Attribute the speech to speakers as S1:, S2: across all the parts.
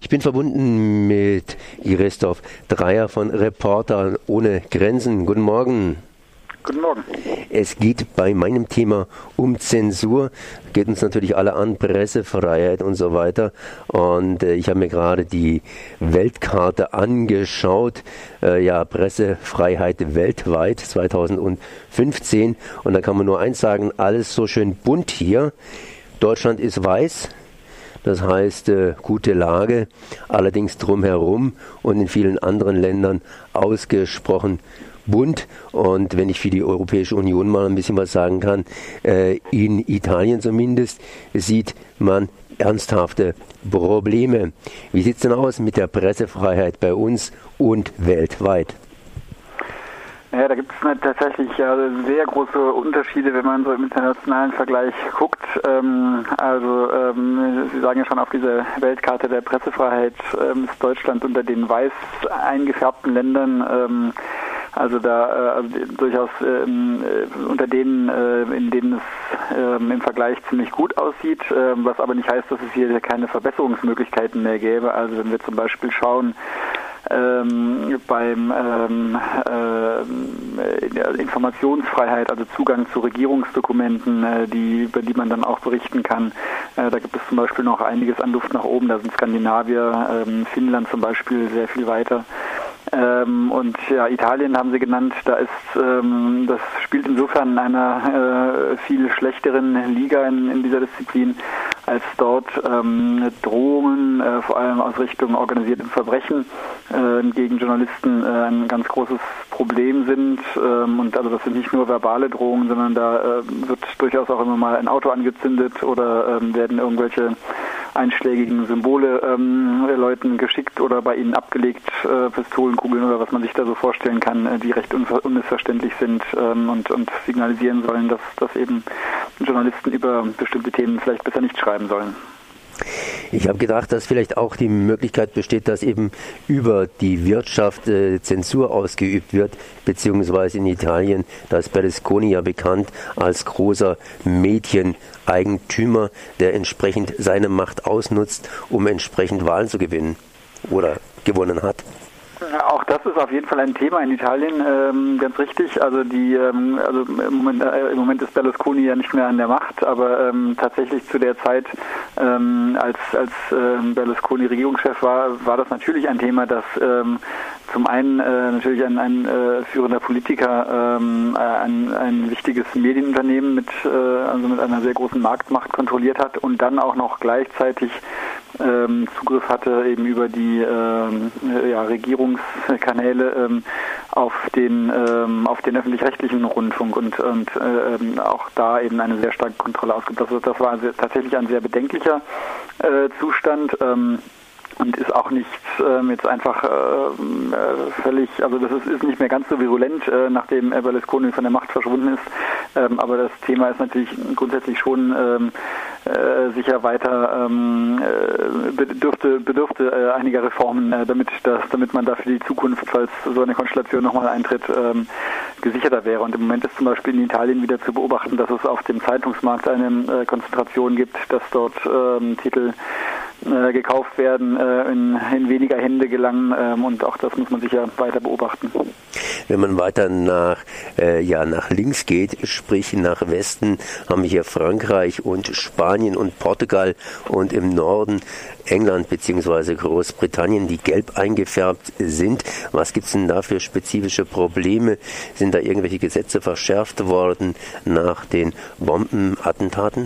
S1: Ich bin verbunden mit Christoph Dreier von Reporter ohne Grenzen. Guten Morgen.
S2: Guten Morgen.
S1: Es geht bei meinem Thema um Zensur, geht uns natürlich alle an, Pressefreiheit und so weiter. Und ich habe mir gerade die Weltkarte angeschaut, Pressefreiheit weltweit 2015. Und da kann man nur eins sagen, alles so schön bunt hier. Deutschland ist weiß. Das heißt, gute Lage, allerdings drumherum und in vielen anderen Ländern ausgesprochen bunt. Und wenn ich für die Europäische Union mal ein bisschen was sagen kann, in Italien zumindest sieht man ernsthafte Probleme. Wie sieht es denn aus mit der Pressefreiheit bei uns und weltweit?
S2: Ja, da gibt es tatsächlich sehr große Unterschiede, wenn man so im internationalen Vergleich guckt. Sie sagen ja schon, auf dieser Weltkarte der Pressefreiheit ist Deutschland unter den weiß eingefärbten Ländern, durchaus unter denen, in denen es im Vergleich ziemlich gut aussieht, was aber nicht heißt, dass es hier keine Verbesserungsmöglichkeiten mehr gäbe. Also wenn wir zum Beispiel schauen, Informationsfreiheit, also Zugang zu Regierungsdokumenten, über die man dann auch berichten kann. Da gibt es zum Beispiel noch einiges an Luft nach oben. Da sind Skandinavier, Finnland zum Beispiel sehr viel weiter. Italien haben Sie genannt, das spielt insofern in einer viel schlechteren Liga in dieser Disziplin, als dort Drohungen, vor allem aus Richtung organisiertem Verbrechen gegen Journalisten ein ganz großes Problem sind. Das sind nicht nur verbale Drohungen, sondern da wird durchaus auch immer mal ein Auto angezündet oder werden irgendwelche einschlägigen Symbole Leuten geschickt oder bei ihnen abgelegt, Pistolenkugeln oder was man sich da so vorstellen kann, die recht unmissverständlich sind und signalisieren sollen, dass eben Journalisten über bestimmte Themen vielleicht besser nicht schreiben sollen.
S1: Ich habe gedacht, dass vielleicht auch die Möglichkeit besteht, dass eben über die Wirtschaft Zensur ausgeübt wird, beziehungsweise in Italien, da ist Berlusconi ja bekannt als großer Medieneigentümer, der entsprechend seine Macht ausnutzt, um entsprechend Wahlen zu gewinnen oder gewonnen hat.
S2: Auch das ist auf jeden Fall ein Thema in Italien, ganz richtig. Im Moment ist Berlusconi ja nicht mehr an der Macht, aber tatsächlich zu der Zeit, als Berlusconi Regierungschef war das natürlich ein Thema, das zum einen natürlich ein führender Politiker ein wichtiges Medienunternehmen mit einer sehr großen Marktmacht kontrolliert hat und dann auch noch gleichzeitig Zugriff hatte eben über die Regierungskanäle auf den öffentlich-rechtlichen Rundfunk und auch da eben eine sehr starke Kontrolle ausgeübt. Das war tatsächlich ein sehr bedenklicher Zustand. Und ist auch nicht jetzt einfach völlig, also das ist nicht mehr ganz so virulent, nachdem Berlusconi von der Macht verschwunden ist. Aber das Thema ist natürlich grundsätzlich schon sicher weiter bedürfte einiger Reformen, damit man da für die Zukunft, falls so eine Konstellation nochmal eintritt, gesicherter wäre. Und im Moment ist zum Beispiel in Italien wieder zu beobachten, dass es auf dem Zeitungsmarkt eine Konzentration gibt, dass dort Titel gekauft werden, in weniger Hände gelangen und auch das muss man sicher weiter beobachten.
S1: Wenn man weiter nach links geht, sprich nach Westen, haben wir hier Frankreich und Spanien und Portugal und im Norden England bzw. Großbritannien, die gelb eingefärbt sind. Was gibt es denn da für spezifische Probleme? Sind da irgendwelche Gesetze verschärft worden nach den Bombenattentaten?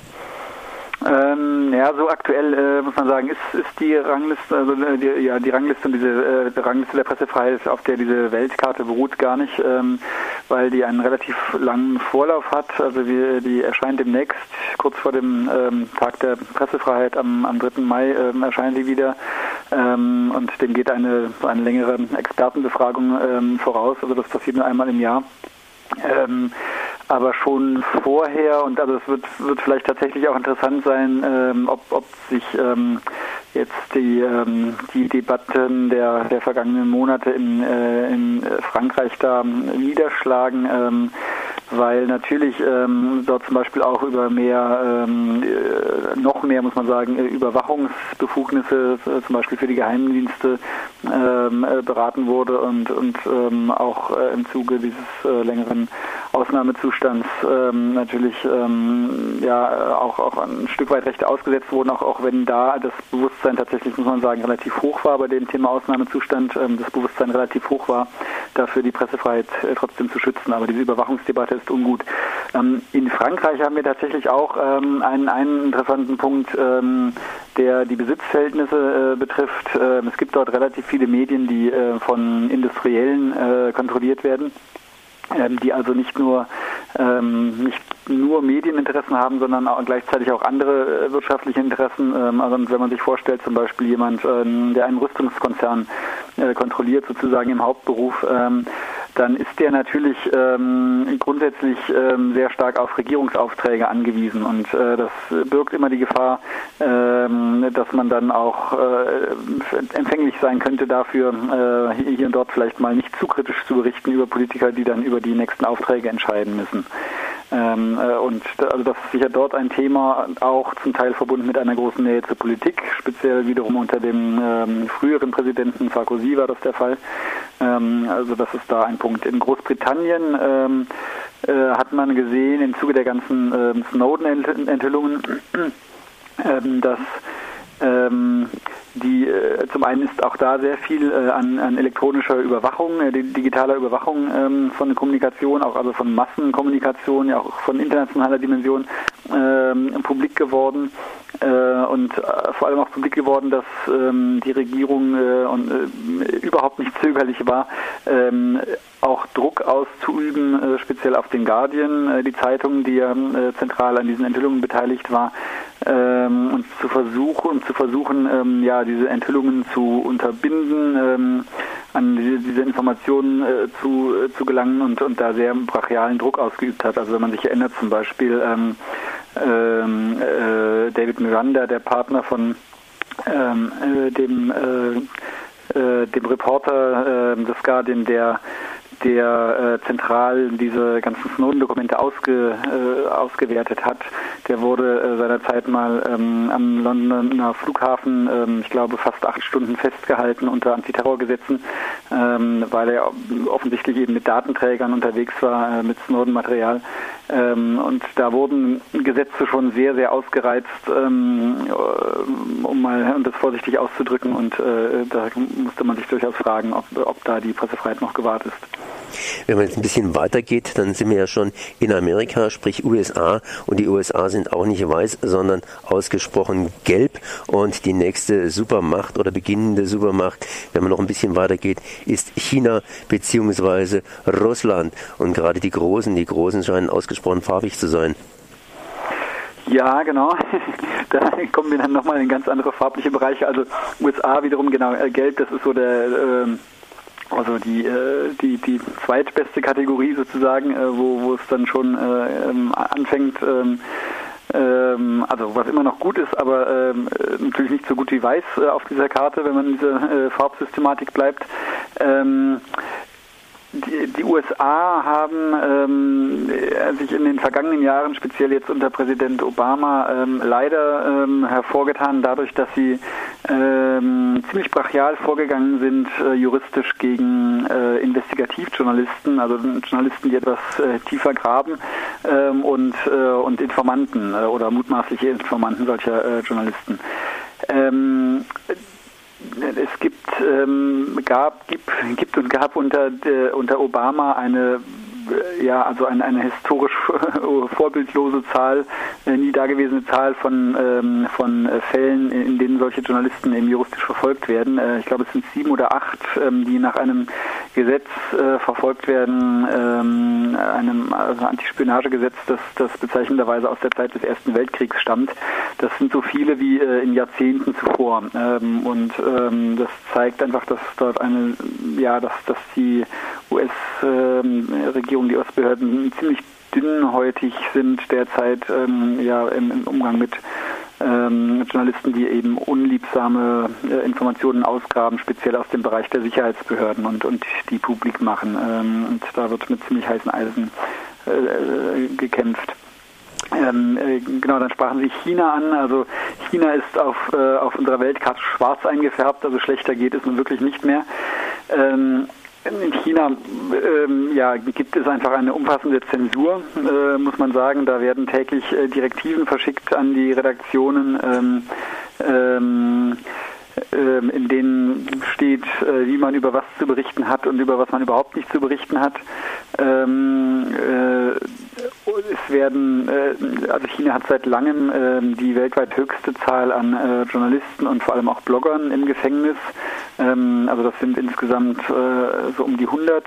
S2: So aktuell muss man sagen, ist die Rangliste, die Rangliste und diese Rangliste der Pressefreiheit, auf der diese Weltkarte beruht, gar nicht, weil die einen relativ langen Vorlauf hat. Also die erscheint demnächst, kurz vor dem Tag der Pressefreiheit am 3. Mai erscheint die wieder. Und dem geht eine längere Expertenbefragung voraus. Also das passiert nur einmal im Jahr. Aber schon vorher, und also es wird vielleicht tatsächlich auch interessant sein, ob sich jetzt die Debatten der vergangenen Monate in Frankreich da niederschlagen. weil natürlich dort zum Beispiel auch über noch mehr muss man sagen, Überwachungsbefugnisse zum Beispiel für die Geheimdienste beraten wurde und auch im Zuge dieses längeren Ausnahmezustands natürlich auch ein Stück weit Rechte ausgesetzt wurden, auch wenn da das Bewusstsein tatsächlich, muss man sagen, relativ hoch war bei dem Thema Ausnahmezustand, das Bewusstsein relativ hoch war, dafür die Pressefreiheit trotzdem zu schützen. Aber diese Überwachungsdebatte ist ungut. In Frankreich haben wir tatsächlich auch einen interessanten Punkt, der die Besitzverhältnisse betrifft. Es gibt dort relativ viele Medien, die von Industriellen kontrolliert werden, die also nicht nur Medieninteressen haben, sondern auch gleichzeitig auch andere wirtschaftliche Interessen. Also wenn man sich vorstellt, zum Beispiel jemand, der einen Rüstungskonzern kontrolliert, sozusagen im Hauptberuf, dann ist der natürlich grundsätzlich sehr stark auf Regierungsaufträge angewiesen. Und das birgt immer die Gefahr, dass man dann auch empfänglich sein könnte dafür, hier und dort vielleicht mal nicht zu kritisch zu berichten über Politiker, die dann über die nächsten Aufträge entscheiden müssen. Und also das ist sicher dort ein Thema, auch zum Teil verbunden mit einer großen Nähe zur Politik, speziell wiederum unter dem früheren Präsidenten Sarkozy war das der Fall. Also das ist da ein Punkt. In Großbritannien hat man gesehen, im Zuge der ganzen Snowden-Enthüllungen, dass zum einen ist auch da sehr viel an elektronischer Überwachung, digitaler Überwachung von Kommunikation, auch also von Massenkommunikation, ja auch von internationaler Dimension publik geworden und vor allem auch publik geworden, dass die Regierung überhaupt nicht zögerlich war, auch Druck auszuüben, speziell auf den Guardian, die Zeitung, die ja zentral an diesen Enthüllungen beteiligt war, und zu versuchen, diese Enthüllungen zu unterbinden, an diese Informationen zu gelangen und da sehr brachialen Druck ausgeübt hat. Also wenn man sich erinnert, zum Beispiel David Miranda, der Partner von dem Reporter des Guardian, der zentral diese ganzen Snowden-Dokumente ausgewertet hat. Der wurde seinerzeit mal am Londoner Flughafen, ich glaube, fast 8 Stunden festgehalten unter Antiterrorgesetzen, weil er offensichtlich eben mit Datenträgern unterwegs war, mit Snowden-Material. Und da wurden Gesetze schon sehr, sehr ausgereizt, um das vorsichtig auszudrücken. Und da musste man sich durchaus fragen, ob da die Pressefreiheit noch gewahrt ist.
S1: Wenn man jetzt ein bisschen weitergeht, dann sind wir ja schon in Amerika, sprich USA, und die USA sind auch nicht weiß, sondern ausgesprochen gelb, und die nächste Supermacht oder beginnende Supermacht, wenn man noch ein bisschen weitergeht, ist China bzw. Russland, und gerade die Großen scheinen ausgesprochen farbig zu sein.
S2: Ja, genau. Da kommen wir dann nochmal in ganz andere farbliche Bereiche. Also USA wiederum, genau, gelb, das ist so also die zweitbeste Kategorie sozusagen, wo es dann schon anfängt, also was immer noch gut ist, aber natürlich nicht so gut wie weiß auf dieser Karte, wenn man in dieser Farbsystematik bleibt. Die USA haben sich in den vergangenen Jahren, speziell jetzt unter Präsident Obama, leider hervorgetan dadurch, dass sie ziemlich brachial vorgegangen sind, juristisch gegen Investigativjournalisten, also Journalisten, die etwas tiefer graben, und Informanten oder mutmaßliche Informanten solcher Journalisten. Es gibt und gab unter Obama eine historisch vorbildlose Zahl, nie dagewesene Zahl von Fällen, in denen solche Journalisten eben juristisch verfolgt werden. Ich glaube, es sind 7 oder 8, die nach einem Gesetz verfolgt werden, einem Antispionagegesetz, das bezeichnenderweise aus der Zeit des Ersten Weltkriegs stammt. Das sind so viele wie in Jahrzehnten zuvor. Das zeigt einfach, dass dort dass die US-Regierung, die US-Behörden ziemlich dünnhäutig sind derzeit im Umgang mit Journalisten, die eben unliebsame Informationen ausgraben, speziell aus dem Bereich der Sicherheitsbehörden und die publik machen. Und da wird mit ziemlich heißen Eisen gekämpft. Genau, dann sprachen Sie China an. Also China ist auf unserer Weltkarte schwarz eingefärbt, also schlechter geht es nun wirklich nicht mehr. In China gibt es einfach eine umfassende Zensur, muss man sagen. Da werden täglich Direktiven verschickt an die Redaktionen, in denen steht, wie man über was zu berichten hat und über was man überhaupt nicht zu berichten hat. Also China hat seit langem die weltweit höchste Zahl an Journalisten und vor allem auch Bloggern im Gefängnis. Also das sind insgesamt so um die 100.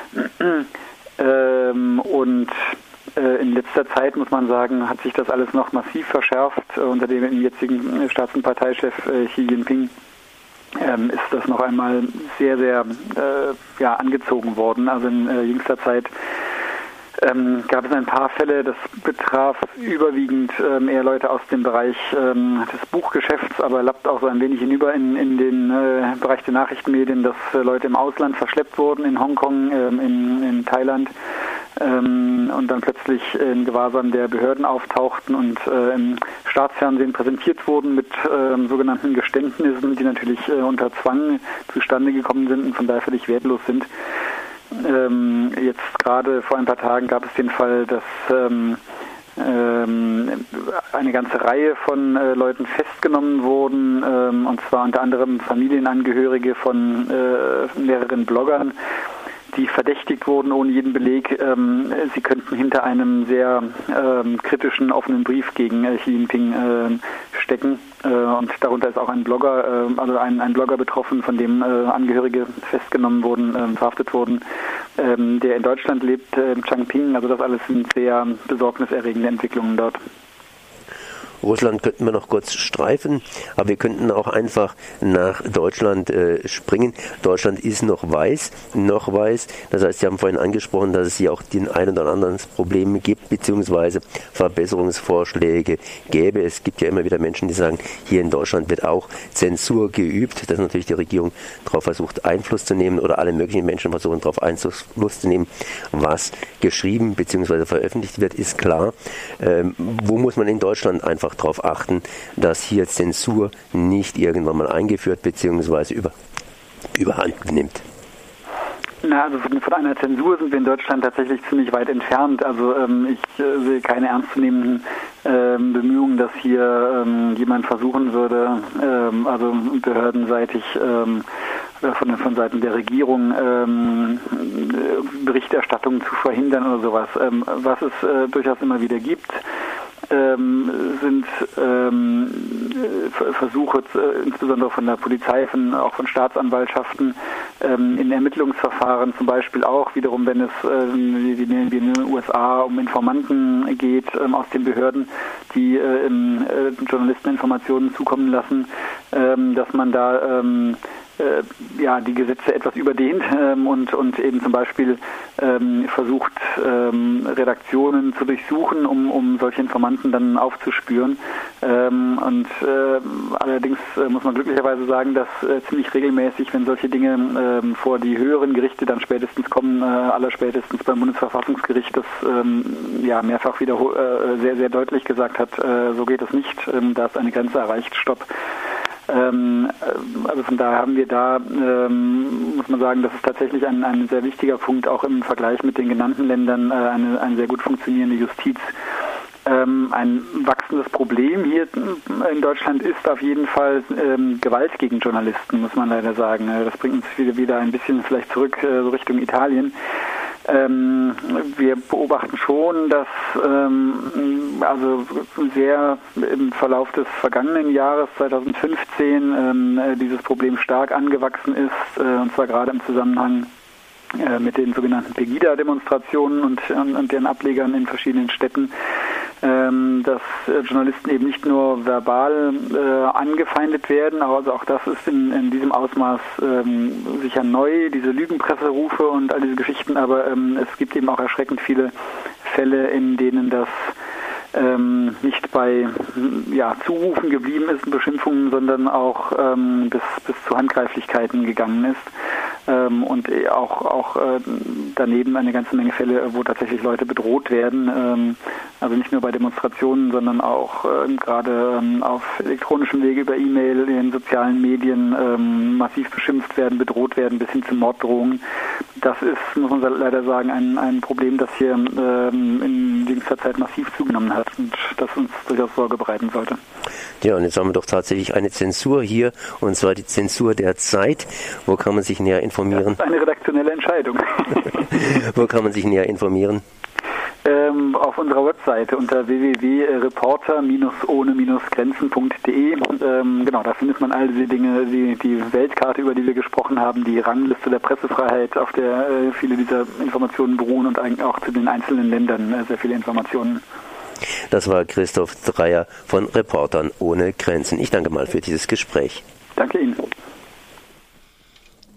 S2: Und in letzter Zeit, muss man sagen, hat sich das alles noch massiv verschärft. Unter dem jetzigen Staats- und Parteichef Xi Jinping ist das noch einmal sehr, sehr angezogen worden. Also in jüngster Zeit gab es ein paar Fälle, das betraf überwiegend eher Leute aus dem Bereich des Buchgeschäfts, aber lappt auch so ein wenig hinüber in den Bereich der Nachrichtenmedien, dass Leute im Ausland verschleppt wurden, in Hongkong, in Thailand, und dann plötzlich in Gewahrsam der Behörden auftauchten und im Staatsfernsehen präsentiert wurden mit sogenannten Geständnissen, die natürlich unter Zwang zustande gekommen sind und von daher völlig wertlos sind. Jetzt gerade vor ein paar Tagen gab es den Fall, dass eine ganze Reihe von Leuten festgenommen wurden, und zwar unter anderem Familienangehörige von mehreren Bloggern, die verdächtigt wurden ohne jeden Beleg, sie könnten hinter einem sehr kritischen offenen Brief gegen Xi Jinping stecken. Und darunter ist auch ein Blogger, ein Blogger betroffen, von dem Angehörige festgenommen wurden, verhaftet wurden, der in Deutschland lebt, Changping. Also das alles sind sehr besorgniserregende Entwicklungen dort.
S1: Russland könnten wir noch kurz streifen, aber wir könnten auch einfach nach Deutschland springen. Deutschland ist noch weiß. Das heißt, Sie haben vorhin angesprochen, dass es hier auch den ein oder anderen Problem gibt, beziehungsweise Verbesserungsvorschläge gäbe. Es gibt ja immer wieder Menschen, die sagen, hier in Deutschland wird auch Zensur geübt, dass natürlich die Regierung darauf versucht, Einfluss zu nehmen, oder alle möglichen Menschen versuchen, darauf Einfluss zu nehmen, was geschrieben bzw. veröffentlicht wird, ist klar. Wo muss man in Deutschland einfach darauf achten, dass hier Zensur nicht irgendwann mal eingeführt bzw. überhand nimmt?
S2: Also von einer Zensur sind wir in Deutschland tatsächlich ziemlich weit entfernt. Also ich sehe keine ernstzunehmenden Bemühungen, dass hier jemand versuchen würde, also behördenseitig von Seiten der Regierung Berichterstattung zu verhindern oder sowas. Was es durchaus immer wieder gibt, sind Versuche, insbesondere von der Polizei, auch von Staatsanwaltschaften, in Ermittlungsverfahren zum Beispiel auch, wiederum wenn es wie in den USA um Informanten geht aus den Behörden, die Journalisten Informationen zukommen lassen, dass man da die Gesetze etwas überdehnt und eben zum Beispiel versucht, Redaktionen zu durchsuchen, um solche Informanten dann aufzuspüren. Allerdings muss man glücklicherweise sagen, dass ziemlich regelmäßig, wenn solche Dinge vor die höheren Gerichte dann spätestens kommen, allerspätestens beim Bundesverfassungsgericht, das mehrfach wieder sehr, sehr deutlich gesagt hat, so geht es nicht, da ist eine Grenze erreicht, stopp. Also von daher haben wir da, muss man sagen, das ist tatsächlich ein sehr wichtiger Punkt, auch im Vergleich mit den genannten Ländern, eine sehr gut funktionierende Justiz. Ein wachsendes Problem hier in Deutschland ist auf jeden Fall Gewalt gegen Journalisten, muss man leider sagen. Das bringt uns wieder ein bisschen vielleicht zurück so Richtung Italien. Wir beobachten schon, dass also sehr im Verlauf des vergangenen Jahres 2015 dieses Problem stark angewachsen ist, und zwar gerade im Zusammenhang mit den sogenannten Pegida-Demonstrationen und deren Ablegern in verschiedenen Städten, dass Journalisten eben nicht nur verbal angefeindet werden, also auch das ist in diesem Ausmaß sicher neu, diese Lügenpresserufe und all diese Geschichten, aber es gibt eben auch erschreckend viele Fälle, in denen das nicht bei Zurufen geblieben ist, Beschimpfungen, sondern auch bis zu Handgreiflichkeiten gegangen ist. und auch daneben eine ganze Menge Fälle, wo tatsächlich Leute bedroht werden, also nicht nur bei Demonstrationen, sondern auch gerade auf elektronischem Wege über E-Mail, in den sozialen Medien massiv beschimpft werden, bedroht werden, bis hin zu Morddrohungen. Das ist, muss man leider sagen, ein Problem, das hier in jüngster Zeit massiv zugenommen hat und das uns durchaus Sorge bereiten sollte.
S1: Ja, und jetzt haben wir doch tatsächlich eine Zensur hier, und zwar die Zensur der Zeit. Wo kann man sich näher informieren?
S2: Das ist eine redaktionelle Entscheidung.
S1: Wo kann man sich näher informieren?
S2: Auf unserer Webseite unter www.reporter-ohne-grenzen.de. Genau, da findet man all diese Dinge, die Weltkarte, über die wir gesprochen haben, die Rangliste der Pressefreiheit, auf der viele dieser Informationen beruhen und eigentlich auch zu den einzelnen Ländern sehr viele Informationen.
S1: Das war Christoph Dreyer von Reportern ohne Grenzen. Ich danke mal für dieses Gespräch.
S2: Danke Ihnen.